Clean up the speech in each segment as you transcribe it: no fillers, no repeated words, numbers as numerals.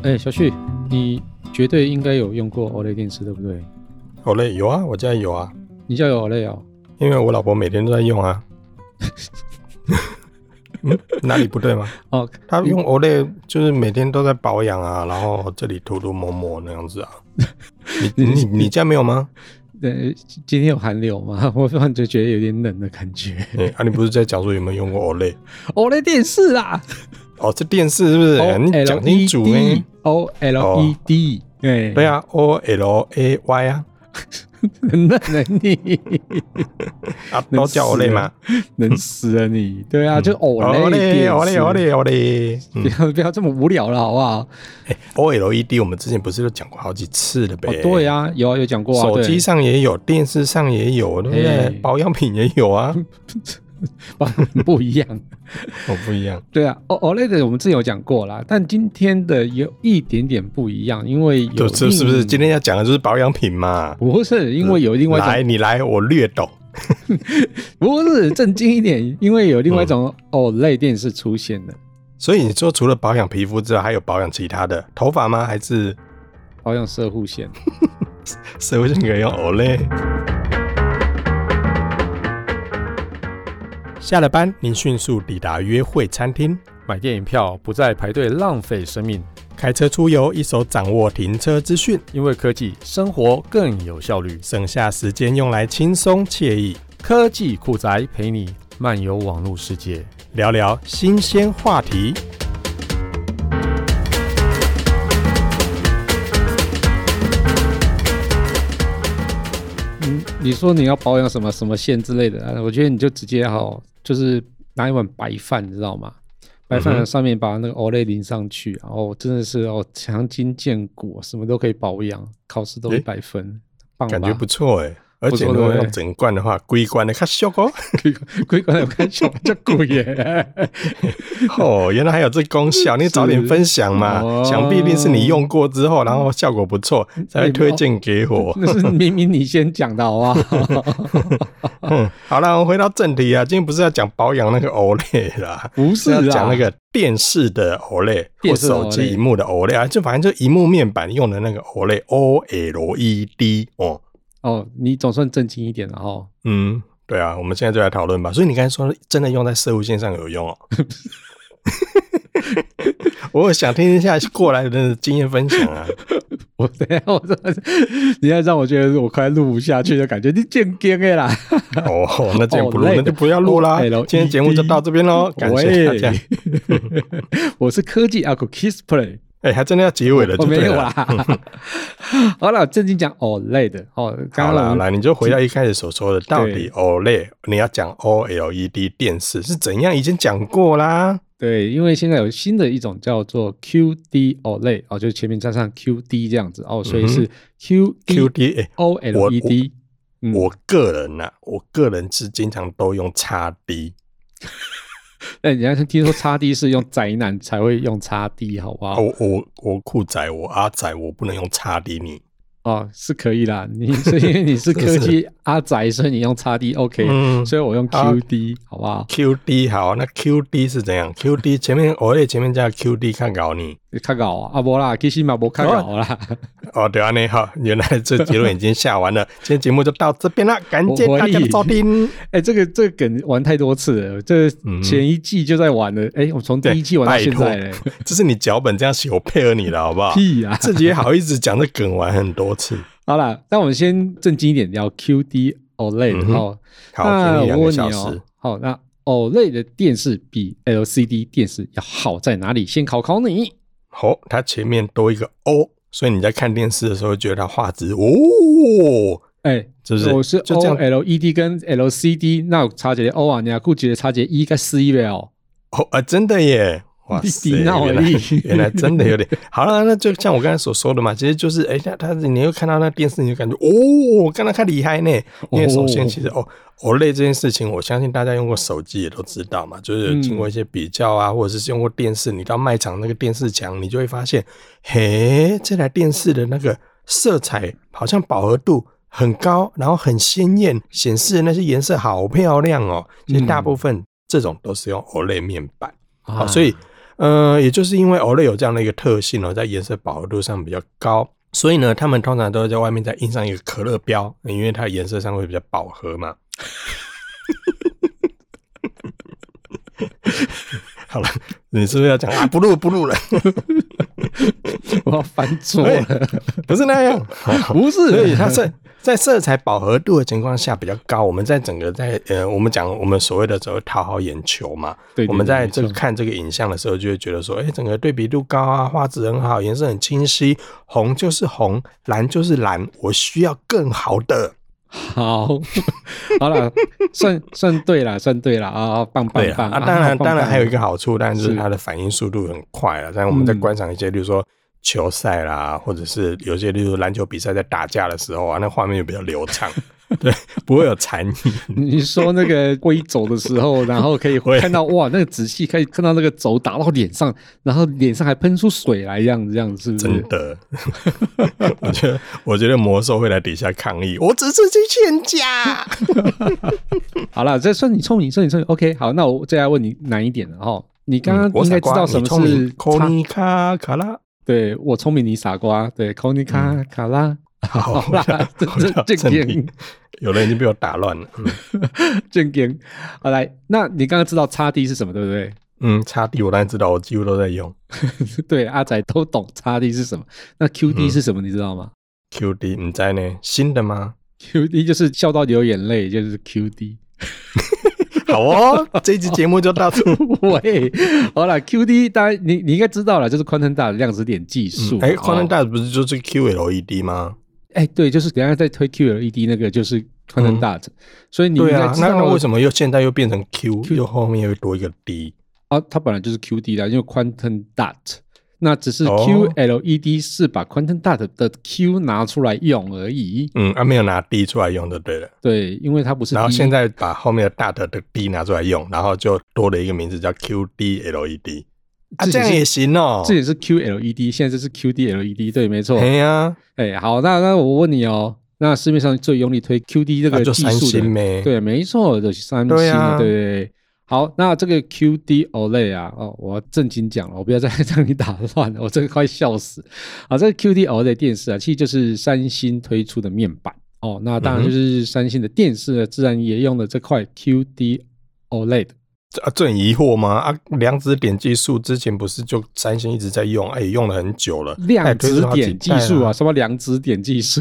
小旭，你绝对应该有用过 OLED 电视，对不对 ？OLED 有啊，我家有啊。 你家有 OLED 哦？ 因为我老婆每天都在用啊。哪里不对吗？ 哦， 她用 OLED 就是每天都在保养啊，然后这里涂涂抹抹那样子啊。你家没有吗？ 今天有寒流吗？我突然就觉得有点冷的感觉。 你不是在讲说有没有用过 OLED 电视啊？ 哦，这电视是不是？你讲清楚呢。 OLED， 对啊 ，OLAY 啊。 很冷的你啊，都叫 OLED 吗？ 能死了你！对啊，就 OLED 电视。 OLED， 不要这么无聊了，好不好 ？OLED 我们之前不是都讲过好几次了呗？ 对啊，有讲过啊。 手机上也有，电视上也有，对不对？保养品也有啊。 不一样， 不一样。 对啊 ，OLED 我们之前有讲过啦，但今天的有一点点不一样，因为有是不是今天要讲的就是保养品嘛？ 不是，因为有另外一种， 你来，我略懂。 不是，正经一点，因为有另外一种 OLED 电视出现了。 所以你说除了保养皮肤之外，还有保养其他的头发吗？还是保养射护线？ 射护线可以用 OLED。下了班，您迅速抵达约会餐厅， 买电影票不再排队浪费生命， 开车出游一手掌握停车资讯， 因为科技生活更有效率， 省下时间用来轻松惬意。 科技酷宅陪你漫游网络世界， 聊聊新鲜话题。 你说你要保养什么线之类的，我觉得你就直接就是拿一碗白饭，你知道吗？白饭上面把那个 OLED 淋上去，然后真的是强筋健骨，什么都可以保养，考试都100分，棒吧？ 感觉不错而且如果用整罐的话，规罐的较俗哦， 规罐的较俗，较贵耶！ 原来还有这功效，你早点分享嘛。想必一定是你用过之后，然后效果不错，才会推荐给我。 那是明明你先讲的好不好？ 好了，我们回到正题啊，今天不是要讲保养那个 OLED 啦， 不是要讲那个电视的 OLED 或手机萤幕的 OLED 啊，就反正就萤幕面板用的那个 OLED 你总算正经一点了哦。 对啊，我们现在就来讨论吧。所以你刚才说真的用在射护线上有用哦？我想听一下过来的经验分享啊。 你要让我觉得我快录不下去的感觉，你贱贱的啦。 那这样不录，那就不要录啦。今天节目就到这边咯，感谢大家。 我是科技阿狗 Kissplay。 还真的要结尾了就对了。 没有啦。好了，正经讲 OLED 好了，来你就回到一开始所说的，到底 OLED 你要讲 OLED 电视是怎样，已经讲过啦。 对，因为现在有新的一种叫做 QD OLED 就是前面加上 QD 这样子所以是 QD OLED。 我个人是经常都用 XD。 人家听说 XD 是用宅男才会用 XD 好不好？ 我酷宅，我阿宅，我不能用 XD 你。 是可以啦，是因为你是科技阿宅，所以你用 XD OK，所以我用 QD 好不好 ？QD 好，那 QD 是怎样 ？QD 前面OLED 前面加 QD 看搞你看搞没啦，其实嘛没看搞啦。 对啊，好，原来这结论已经下完了，今天节目就到这边了，感谢大家的收听。 这个梗玩太多次了，这前一季就在玩了，我从第一季玩到现在了。 这是你脚本这样写，我配合你的好不好？ 屁啊！ 自己也好一直讲这梗玩很多次。 好啦，那我们先正经一点聊 QD OLED。 好，便宜2个小时。 好，那 OLED 的电视比 LCD 电视要好在哪里？先考你。 它前面多一个 O， 所以你在看电视的时候觉得它画质是不是？ 我是 OLED 跟 LCD， 那有差一个 O 你还顾觉得差一个 E 跟 C 了真的耶！哇塞，原来真的有点好了。那就像我刚才所说的嘛，其实就是你会看到那电视，你就感觉刚才看厉害呢。因为首先其实OLED 这件事情，我相信大家用过手机也都知道嘛，就是经过一些比较啊，或者是用过电视，你到卖场那个电视墙，你就会发现，这台电视的那个色彩好像饱和度很高，然后很鲜艳，显示的那些颜色好漂亮哦。其实大部分这种都是用 OLED 面板。所以也就是因为 OLED 有这样的一个特性在颜色饱和度上比较高，所以呢他们通常都会在外面再印上一个可乐标，因为它的颜色上会比较饱和嘛。好了，你是不是要讲不录了？ 我要翻桌了。 不是那样， 不是， 所以它在色彩饱和度的情况下比较高。我们在整个我们讲我们所谓的讨好眼球嘛， 对， 我们在看这个影像的时候，就会觉得说，整个对比度高啊，画质很好，颜色很清晰，红就是红，蓝就是蓝，我需要更好的。 好了，算对了啊，棒棒棒啊！当然还有一个好处，当然就是它的反应速度很快了。但我们在观赏一些，比如说球赛啦，或者是有些，例如篮球比赛在打架的时候啊，那画面就比较流畅，对，不会有残影。 你说那个挥肘的时候，然后可以看到哇，那个仔细可以看到那个肘打到脸上，然后脸上还喷出水来，这样是不是？ 真的，我觉得魔兽会来底下抗议，我只是去劝架。 好了，这算你聪明，OK， 好，那我再来问你难一点了哈。你刚刚应该知道什么是科尼卡卡拉？ 对，我聪明，你傻瓜。对，科尼卡卡拉。 好啦，这game 有人已经被我打乱了。 正经，好来，那你刚刚知道 XD 是什么，对不对 ？XD 我当然知道，我几乎都在用。 对，阿仔都懂 XD 是什么。那 QD 是什么，你知道吗 ？QD 不知道呢，新的吗 ？QD 就是笑到流眼泪，就是 QD。 好哦，这一集节目就到这。 喂，好了 ，QD 当然你应该知道了，就是 Quantum Dot 量子点技术。 Quantum Dot 不是就是 QLED 吗？ 对，就是等一下在推 QLED 那个就是 Quantum Dot，所以你应该知道那为什么现在又变成 Q， 又后面又多一个 D 啊？它本来就是 QD 的，因为 Quantum Dot。那只是 QLED 是把 Quantum Dot 的 Q 拿出来用而已。 没有拿 D 出来用就对了。 对，因为它不是 D。 然后现在把后面的 Dot 的 D 拿出来用，然后就多了一个名字叫 QD-LED。这样也行哦。 这也是 QLED， 现在这是 QD-LED， 对，没错。 对啊。 好，那我问你哦，那市面上最用力推 QD 这个技术的，对，没错，就是三星的，对。好，那这个 QD OLED 啊，我要正经讲了，我不要再让你打乱了，我真的快笑死。好，这个 QD OLED 电视啊，其实就是三星推出的面板哦。那当然就是三星的电视呢，自然也用了这块 QD OLED。 这很疑惑吗？量子点技术之前不是就三星一直在用，用了很久了。 量子点技术啊，什么量子点技术？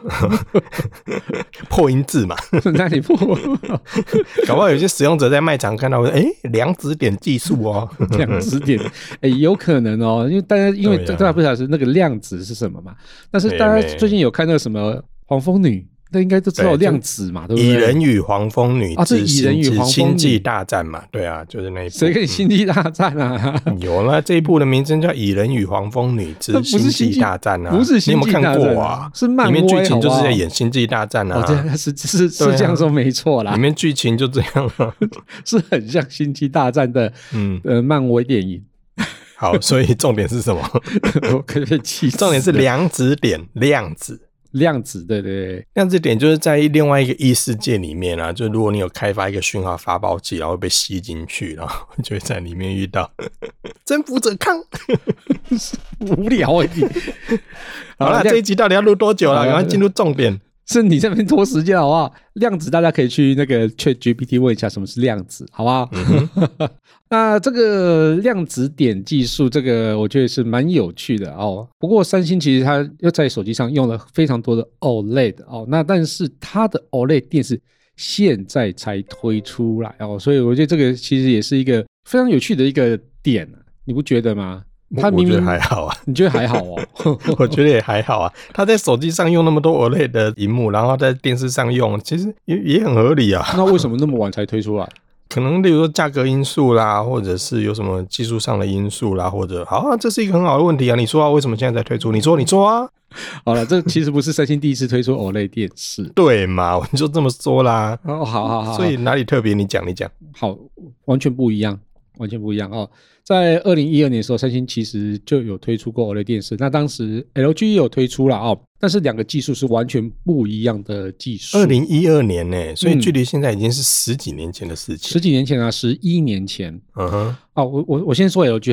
破音字嘛？ 那你破？ 搞不好有些使用者在卖场看到，量子点技术哦， 量子点，有可能哦，因为大家不晓得那个量子是什么嘛。但是大家最近有看那个什么黄蜂女。那应该都知道量子嘛，对不对？ 蚁人与黄蜂女这蚁人与黄蜂女星际大战嘛，对啊，就是那一部。 谁跟你星际大战啊？ 有啦，这一部的名称叫《蚁人与黄蜂女之星际大战》啊， 不是星际大战， 你有没有看过啊？ 是漫威， 里面剧情就是在演星际大战啊。 是这样说没错啦。 里面剧情就这样啊， 是很像星际大战的漫威电影。 好，所以重点是什么？ 我可以被气死。 重点是量子点， 量子，对对对， 量子点就是在另外一个异世界里面啊，就如果你有开发一个讯号发报器，然后被吸进去，然后就会在里面遇到征服者康， 无聊而已。 好了，这一集到底要录多久了？赶快进入重点。 是你这边拖时间好不好？量子大家可以去那个 ChatGPT 问一下什么是量子，好不好？那这个量子点技术，这个我觉得是蛮有趣的哦。不过三星其实它又在手机上用了非常多的 OLED 哦，那但是它的 OLED 电视现在才推出来哦，所以我觉得这个其实也是一个非常有趣的一个点，你不觉得吗？他明明我觉得还好啊， 你觉得还好哦？ 我觉得也还好啊。他在手机上用那么多 OLED 的萤幕，然后在电视上用，其实也很合理啊。 那为什么那么晚才推出来？ 可能例如说价格因素啦，或者是有什么技术上的因素啦，或者这是一个很好的问题啊。你说啊，为什么现在才推出？你说啊。 好了，这其实不是三星第一次推出 OLED 电视， 对嘛？我就这么说啦。 好， 所以哪里特别？你讲。 好，完全不一样哦。在2012年的时候，三星其实就有推出过 OLED 电视，那当时 LG 也有推出了哦，但是两个技术是完全不一样的技术。 2012年呢，所以距离现在已经是10几年前的事情。 10几年前啊，11年前。我先说 LG 好了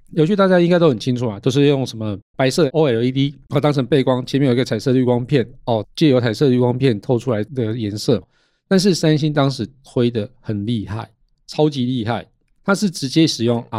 LG 大家应该都很清楚啊，都是用什么白色 OLED 当成背光，前面有一个彩色滤光片借由彩色滤光片透出来的颜色。但是三星当时推的很厉害，超级厉害，它是直接使用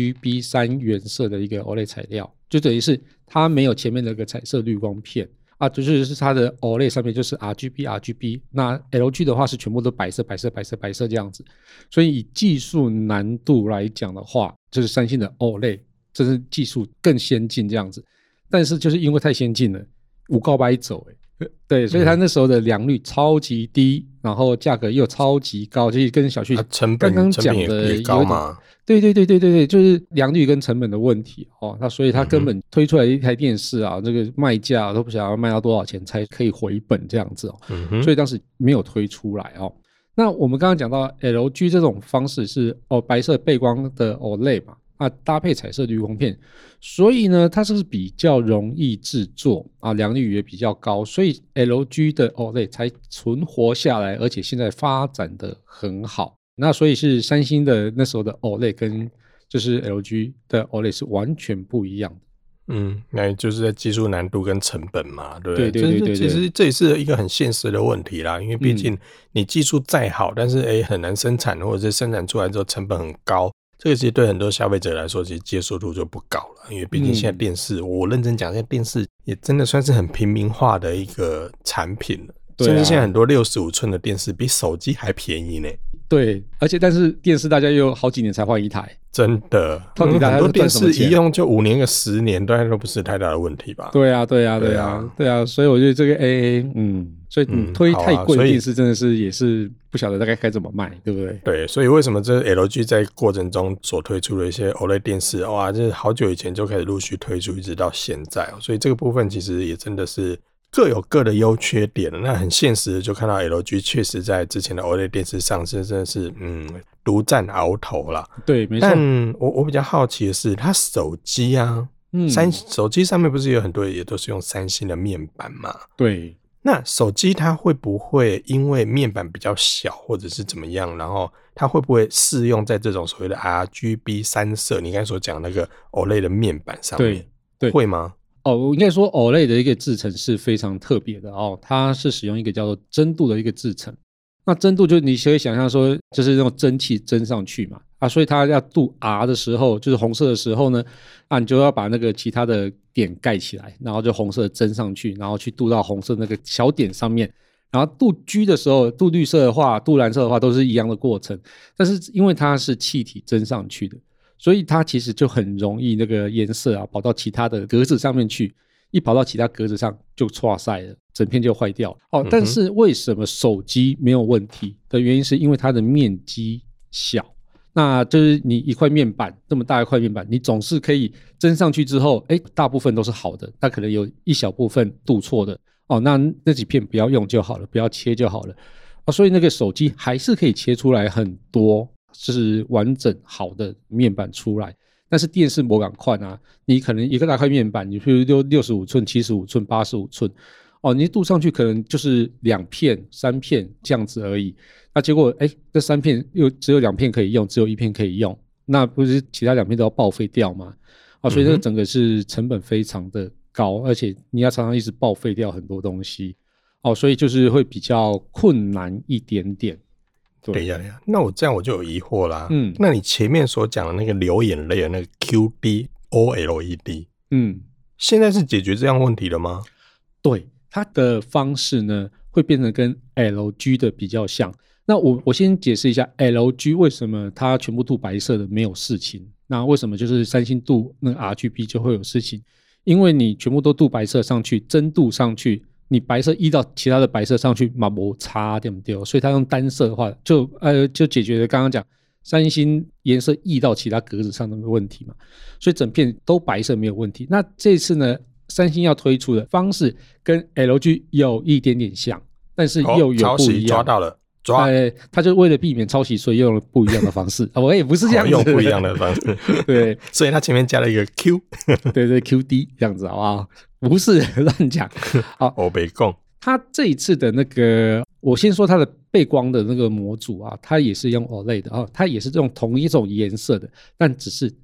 RGB3 原色的一个 OLED 材料，就等于是它没有前面的一个彩色滤光片啊，就是它的 OLED 上面就是 RGB， 那 LG 的话是全部都白色这样子。所以以技术难度来讲的话，就是三星的 OLED 这是技术更先进这样子，但是就是因为太先进了，有够白走对，所以它那时候的良率超级低，然后价格又超级高，就是跟小旭刚刚讲的也高嘛。 对，就是良率跟成本的问题那所以它根本推出来一台电视啊，这个卖价都不晓得要卖到多少钱才可以回本这样子所以当时没有推出来那我们刚刚讲到 LG 这种方式是白色背光的 OLED 嘛，搭配彩色滤光片，所以呢它是比较容易制作良率也比较高，所以 LG 的 OLED 才存活下来，而且现在发展的很好。那所以是三星的那时候的 OLED 跟就是 LG 的 OLED 是完全不一样的。 那就是在技术难度跟成本嘛，对不对？ 对， 其实这也是一个很现实的问题啦，因为毕竟你技术再好，但是很难生产，或者是生产出来之后成本很高，这个其实对很多消费者来说，其实接受度就不高了。因为毕竟现在电视，我认真讲，现在电视也真的算是很平民化的一个产品了。甚至现在很多65寸的电视比手机还便宜呢。 对，而且但是电视大家又好几年才换一台， 真的。 到底大家很多电视一用就5年个10年，大概都不是太大的问题吧？ 对啊，所以我觉得这个所以你推太贵的电视真的是也是不晓得大概该怎么卖，对不对？ 对，所以为什么这 LG 在过程中所推出的一些 OLED 电视，哇，这好久以前就开始陆续推出，一直到现在所以这个部分其实也真的是各有各的优缺点。那很现实的就看到 LG 确实在之前的 OLED 电视上真的是独占鳌头啦。 对，没错。 但我比较好奇的是，它手机手机上面不是有很多也都是用三星的面板嘛？对。那手机它会不会因为面板比较小或者是怎么样，然后它会不会适用在这种所谓的 RGB3 色你刚才所讲那个 OLED 的面板上面？对，会吗？ 我应该说 OLED 的一个制程是非常特别的它是使用一个叫做蒸镀的一个制程。那蒸镀就你可以想象说就是那种蒸汽蒸上去嘛所以它要镀 R 的时候，就是红色的时候呢你就要把那个其他的点盖起来，然后就红色蒸上去，然后去镀到红色那个小点上面。然后镀 G 的时候，镀绿色的话，镀蓝色的话都是一样的过程，但是因为它是气体蒸上去的，所以它其实就很容易那个颜色跑到其他的格子上面去，一跑到其他格子上就挫赛了，整片就坏掉但是为什么手机没有问题的原因是因为它的面积小，那就是你一块面板这么大一块面板，你总是可以蒸上去之后大部分都是好的，它可能有一小部分镀错的那几片不要用就好了，不要切就好了所以那个手机还是可以切出来很多就是完整好的面板出来。但是电视没这么快你可能一个大块面板，你比如65寸、75寸、85寸你镀上去可能就是2片、3片这样子而已。那结果这3片又只有2片可以用，只有1片可以用，那不是其他2片都要报废掉吗？所以这个整个是成本非常的高，而且你要常常一直报废掉很多东西所以就是会比较困难一点点。 对呀，那我这样我就有疑惑啦。那你前面所讲的那个流眼泪的那个 QD OLED，现在是解决这样问题了吗？对， 它的方式呢会变成跟 LG 的比较像。那我先解释一下 LG 为什么它全部镀白色的没有事情，那为什么就是三星镀那个 RGB 就会有事情？因为你全部都镀白色上去，真镀上去，你白色移到其他的白色上去嘛没差，对不对？所以它用单色的话就解决了刚刚讲三星颜色移到其他格子上的问题嘛，所以整片都白色没有问题。那这次呢三星要推出的方式跟 LG 有一点点像，但是又有不一样。 抓到了， 他就为了避免抄袭，所以用了不一样的方式。我也不是这样子， 用不一样的方式。对，所以他前面加了一个 Q， 对 QD 这样子，好不好？不是乱讲。 我没讲。 他这一次的那个，我先说他的背光的那个模组它也是用 OLED 的它也是用同一种颜色的，但只是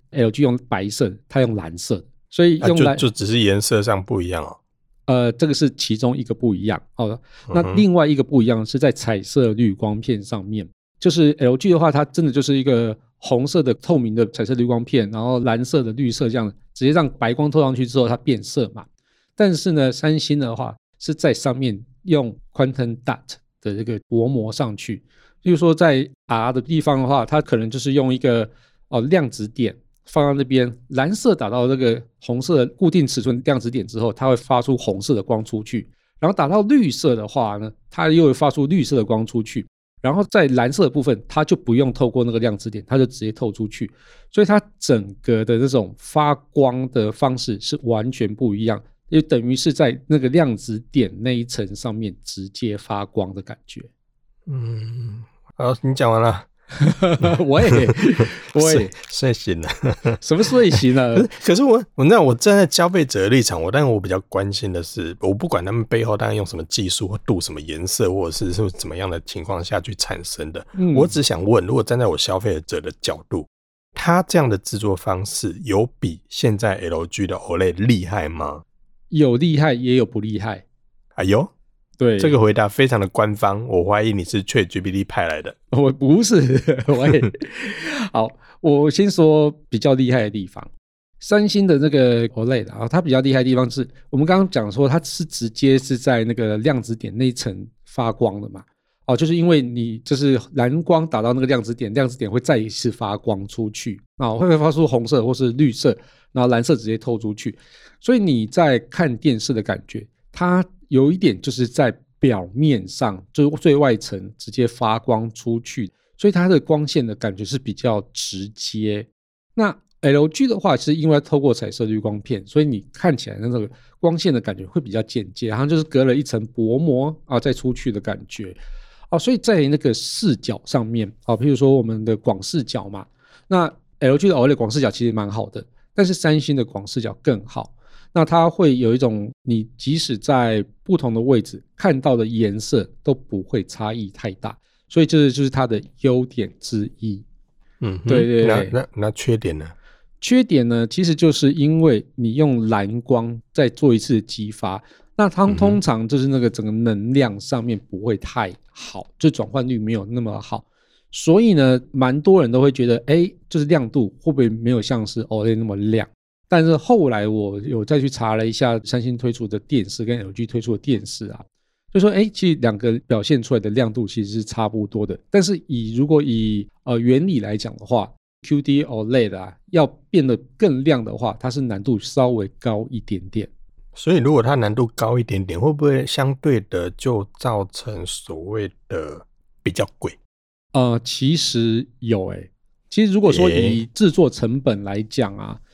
LG 用白色，它用蓝色，所以用蓝、 就只是颜色上不一样哦。 这个是其中一个不一样哦。那另外一个不一样是在彩色滤光片上面，就是 LG 的话，它真的就是一个红色的透明的彩色滤光片，然后蓝色的绿色这样直接让白光透上去之后它变色嘛。但是呢，三星的话是在上面用 Quantum Dot 的这个薄膜上去，例如说在 R 的地方的话，它可能就是用一个量子点放到那边，蓝色打到那个红色的固定尺寸量子点之后，它会发出红色的光出去，然后打到绿色的话呢，它又会发出绿色的光出去，然后在蓝色的部分它就不用透过那个量子点，它就直接透出去，所以它整个的这种发光的方式是完全不一样，就等于是在那个量子点那一层上面直接发光的感觉。 好，你讲完了。 我也睡醒了。 什么睡醒了？ 可是我站在消费者的立场，但我比较关心的是，我不管他们背后当然用什么技术或镀什么颜色，或者是怎么样的情况下去产生的，我只想问，如果站在我消费者的角度，他这样的制作方式有比现在 LG 的 OLED 厉害吗？ 有厉害也有不厉害。 哎呦， 对， 这个回答非常的官方，我怀疑你是 ChatGPT 派来的。 我不是，好，我先说比较厉害的地方。三星的那个 OLED 啊，它比较厉害的地方是我们刚刚讲说它是直接是在那个量子点那一层发光的嘛。就是因为你就是蓝光打到那个量子点，量子点会再一次发光出去，会发出红色或是绿色，然后蓝色直接透出去，所以你在看电视的感觉，它有一点就是在表面上，就是最外层直接发光出去，所以它的光线的感觉是比较直接。那 LG 的话是因为透过彩色滤光片，所以你看起来那个光线的感觉会比较间接，好像就是隔了一层薄膜再出去的感觉。所以在那个视角上面譬如说我们的广视角嘛，那 LG 的 OLED 广视角其实蛮好的，但是三星的广视角更好。那它会有一种你即使在不同的位置看到的颜色都不会差异太大，所以这就是它的优点之一。对对对。 那缺点呢？ 缺点呢，其实就是因为你用蓝光再做一次激发，那它通常就是那个整个能量上面不会太好，就转换率没有那么好，所以呢，蛮多人都会觉得，就是亮度会不会没有像是 OLED 那么亮？但是后来我有再去查了一下三星推出的电视跟 LG 推出的电视啊，就说其实两个表现出来的亮度其实是差不多的，但是如果以原理来讲的话， QD OLED 要变得更亮的话，它是难度稍微高一点点。 所以如果它难度高一点点，会不会相对的就造成所谓的比较贵？ 其实有其实如果说以制作成本来讲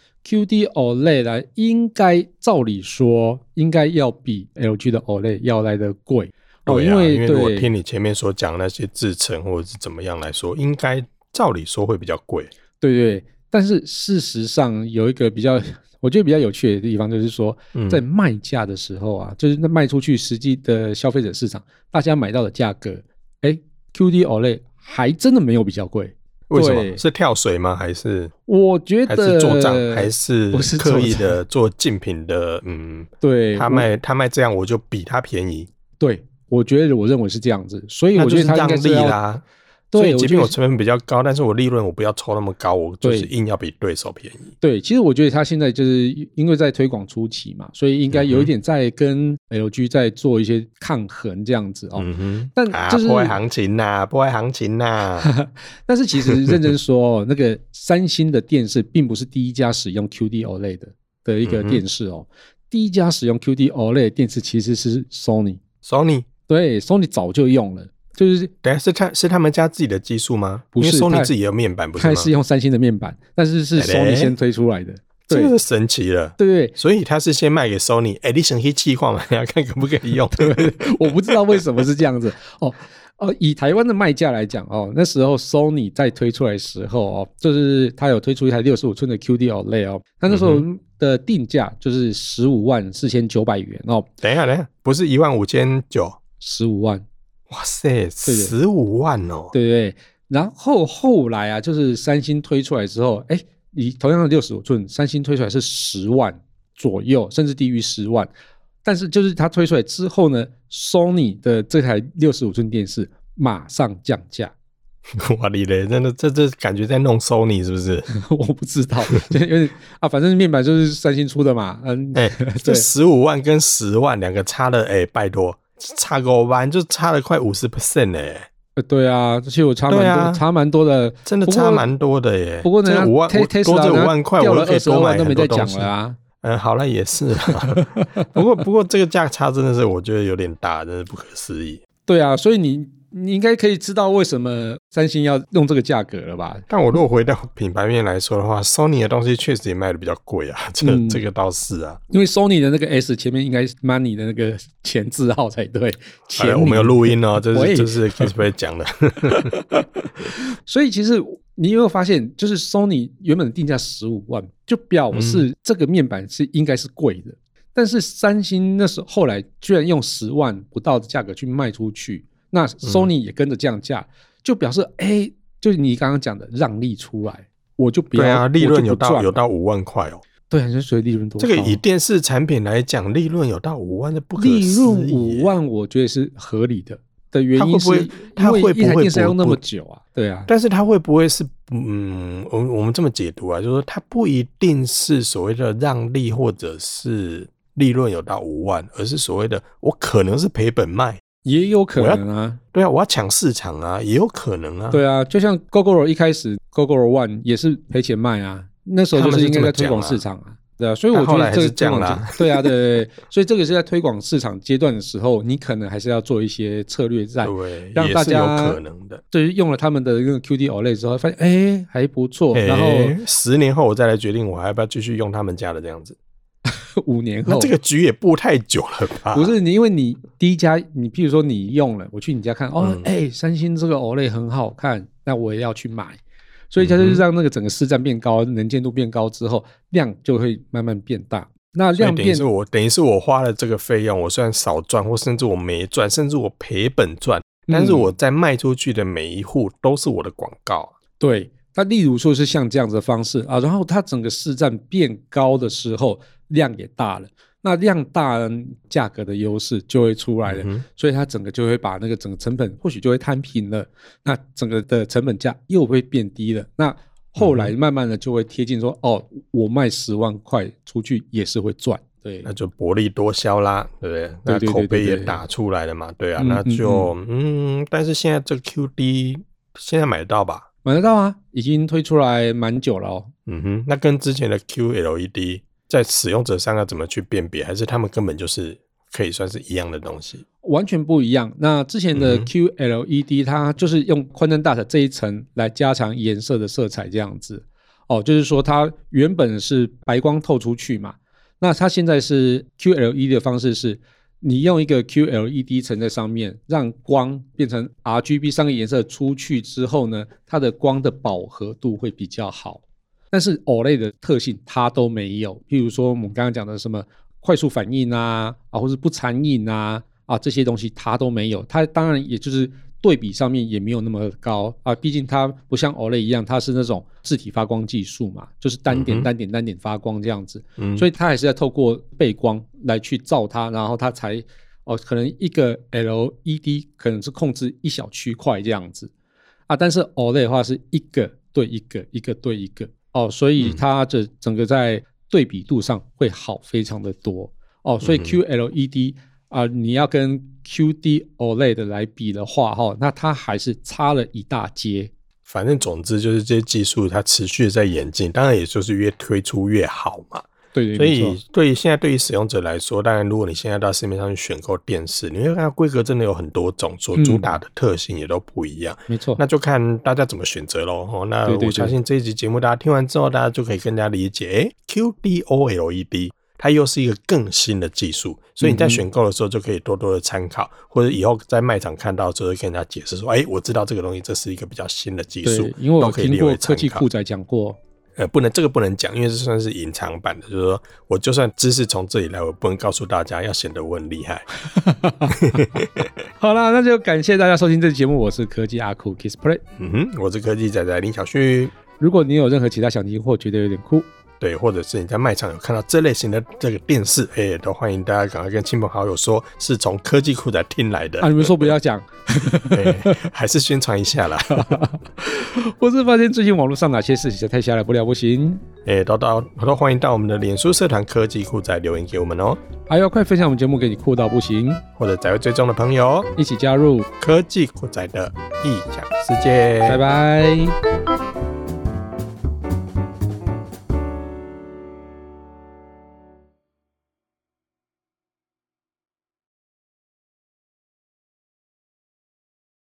QD OLED 应该照理说应该要比 LG 的 OLED 要来得贵。因为如果听你前面所讲那些制程或者是怎么样来说，应该照理说会比较贵。 对对，但是事实上有一个我觉得比较有趣的地方，就是说在卖价的时候就是卖出去实际的消费者市场，大家买到的价格QD OLED 还真的没有比较贵。 为什么？是跳水吗？还是我觉得还是做账，还是刻意的做竞品的？ 对， 他卖这样，我就比他便宜。 对，我认为是这样子，所以我觉得他应该是要啦。所以即便我成本比较高，但是我利润我不要抽那么高，我就是硬要比对手便宜。 对，其实我觉得他现在就是因为在推广初期嘛，所以应该有一点在跟 LG 在做一些抗衡这样子但就是破坏行情破坏行情但是其实认真说那个三星的电视并不是第一家使用 QD OLED 的一个电视第一家使用 QD OLED 的电视其实是 Sony。对， Sony 早就用了。就是等一下是他们家自己的技术吗？ 不是， 因为 Sony 自己的面板不是吗？ 它是用三星的面板，但是是 Sony 先推出来的。 这个是神奇了。 对， 所以他是先卖给 Sony， 你省去气化嘛，你要看可不可以用。 对，我不知道为什么是这样子以台湾的卖价来讲那时候 Sony 在推出来的时候就是他有推出一台65寸的 QD OLED他那时候的定价就是154900元等一下，不是15900，15 万。 哇塞，15万对对。然后后来就是三星推出来之后以同样的65寸，三星推出来是10万左右，甚至低于10万。但是就是它推出来之后呢 ，Sony 的这台65寸电视马上降价。 哇你嘞，真的这感觉在弄 Sony 是不是？ 我不知道，就有点啊，反正面板就是三星出的嘛。 这15万跟10万两个差了，拜托，差个5万就差了快 50% 哎。 对啊，其实我差蛮多，差蛮多的， 真的差蛮多的耶。 不过呢 5万多这5万块， 掉了我可以多买 22万都没再讲了啊。 好了，也是啦。不过这个价差真的是我觉得有点大，真的不可思议。 对啊，所以你应该可以知道为什么三星要用这个价格了吧？ 但我如果回到品牌面来说的话 ，Sony 的东西确实也卖的比较贵啊，这个倒是啊。 因为 Sony 的那个 S 前面应该是 Money 的那个前字号才对。 我们有录音哦，这是 Kisplay 讲的。 所以其实你有没有发现，就是 Sony 原本定价15万，就表示这个面板是应该是贵的。但是三星那时候后来居然用10万不到的价格去卖出去，那 Sony 也跟着降价，就表示就是你刚刚讲的让利出来，我就不要。 对啊，利润有到5万块哦。 对啊，所以利润多高？ 这个以电视产品来讲，利润有到5万，这不可思议。 利润5万，我觉得是合理的原因是， 它会不会一台电视要用那么久啊？对啊。 但是它会不会是我们这么解读啊，就是说它不一定是所谓的让利或者是利润有到5万，而是所谓的我可能是赔本卖， 也有可能啊。 对啊，我要抢市场啊，也有可能啊。 对啊，就像 Gogoro 一开始 Gogoro One 也是赔钱卖啊，那时候就是应该在推广市场啊。对啊，所以我觉得这个这样啦。 对啊，对，所以这个是在推广市场阶段的时候，你可能还是要做一些策略战， 对， 让大家也是有可能的。 对，用了他们的那个 QD OLED 之后，发现还不错，然后 10年后我再来决定我还要不要继续用他们家的这样子。 5年后， 那这个局也布太久了吧？ 不是你，因为你第一家，你譬如说你用了，我去你家看，三星这个 OLED 很好看，那我也要去买。所以它就是让那个整个市占变高，能见度变高之后，量就会慢慢变大。那量变， 等于是我花了这个费用，我虽然少赚，或甚至我没赚，甚至我赔本赚，但是我在卖出去的每一户都是我的广告。 对，那例如说是像这样子的方式啊，然后它整个市占变高的时候，量也大了。那量大了，价格的优势就会出来了，所以它整个就会把那个整个成本或许就会摊平了，那整个的成本价又会变低了。那后来慢慢的就会贴近说，我卖10万块出去也是会赚，对， 那就薄利多销啦，对不对？那口碑也打出来了嘛，对啊，那就但是现在这个 QD 现在买得到吧？ 买得到啊，已经推出来蛮久了哦。 那跟之前的 QLED。在使用者上要怎么去辨别，还是他们根本就是可以算是一样的东西？ 完全不一样。那之前的 QLED 它就是用宽灯大的这一层来加强颜色的色彩这样子。就是说它原本是白光透出去嘛，那它现在是 QLED 的方式是，你用一个 QLED 层在上面，让光变成 RGB 3个颜色出去之后呢，它的光的饱和度会比较好。但是 OLED 的特性它都没有，譬如说我们刚刚讲的什么快速反应啊或是不残影啊这些东西它都没有。它当然也就是对比上面也没有那么高毕竟它不像 OLED 一样，它是那种自体发光技术嘛，就是单点发光这样子，所以它还是要透过背光来去照它，然后它才可能一个 LED 可能是控制一小区块这样子但是 OLED 的话是一个对一个，一个对一个所以它的整个在对比度上会好非常的多所以 QLED你要跟 QD OLED 来比的话那它还是差了一大截。 反正总之就是这些技术它持续在演进，当然也就是越推出越好嘛。 对， 所以现在对于使用者来说，当然如果你现在到市面上去选购电视，你会看到规格真的有很多种，所主打的特性也都不一样。 没错， 那就看大家怎么选择咯。那我相信这一集节目大家听完之后，大家就可以更加理解QD OLED 它又是一个更新的技术，所以你在选购的时候就可以多多的参考，或者以后在卖场看到之后跟人家解释说我知道这个东西这是一个比较新的技术。 对，因为我听过科技酷仔讲过这个不能讲，因为这算是隐藏版的，就是说我就算知识从这里来，我不能告诉大家，要显得我很厉害。 好啦，那就感谢大家收听这期节目，我是科技阿酷 Kisplay， 我是科技仔仔林小旭， 如果你有任何其他想听或觉得有点酷， 对，或者是你在卖场有看到这类型的这个电视，都欢迎大家赶快跟亲朋好友说是从科技酷仔听来的啊！你们说不要讲， 还是宣传一下啦。 我是发现最近网络上哪些事情太瞎了，不了不行。 都欢迎到我们的脸书社团科技酷仔留言给我们哦。 还要快分享我们节目给你酷到不行， 或者在会追踪的朋友一起加入科技酷仔的异想世界。 拜拜。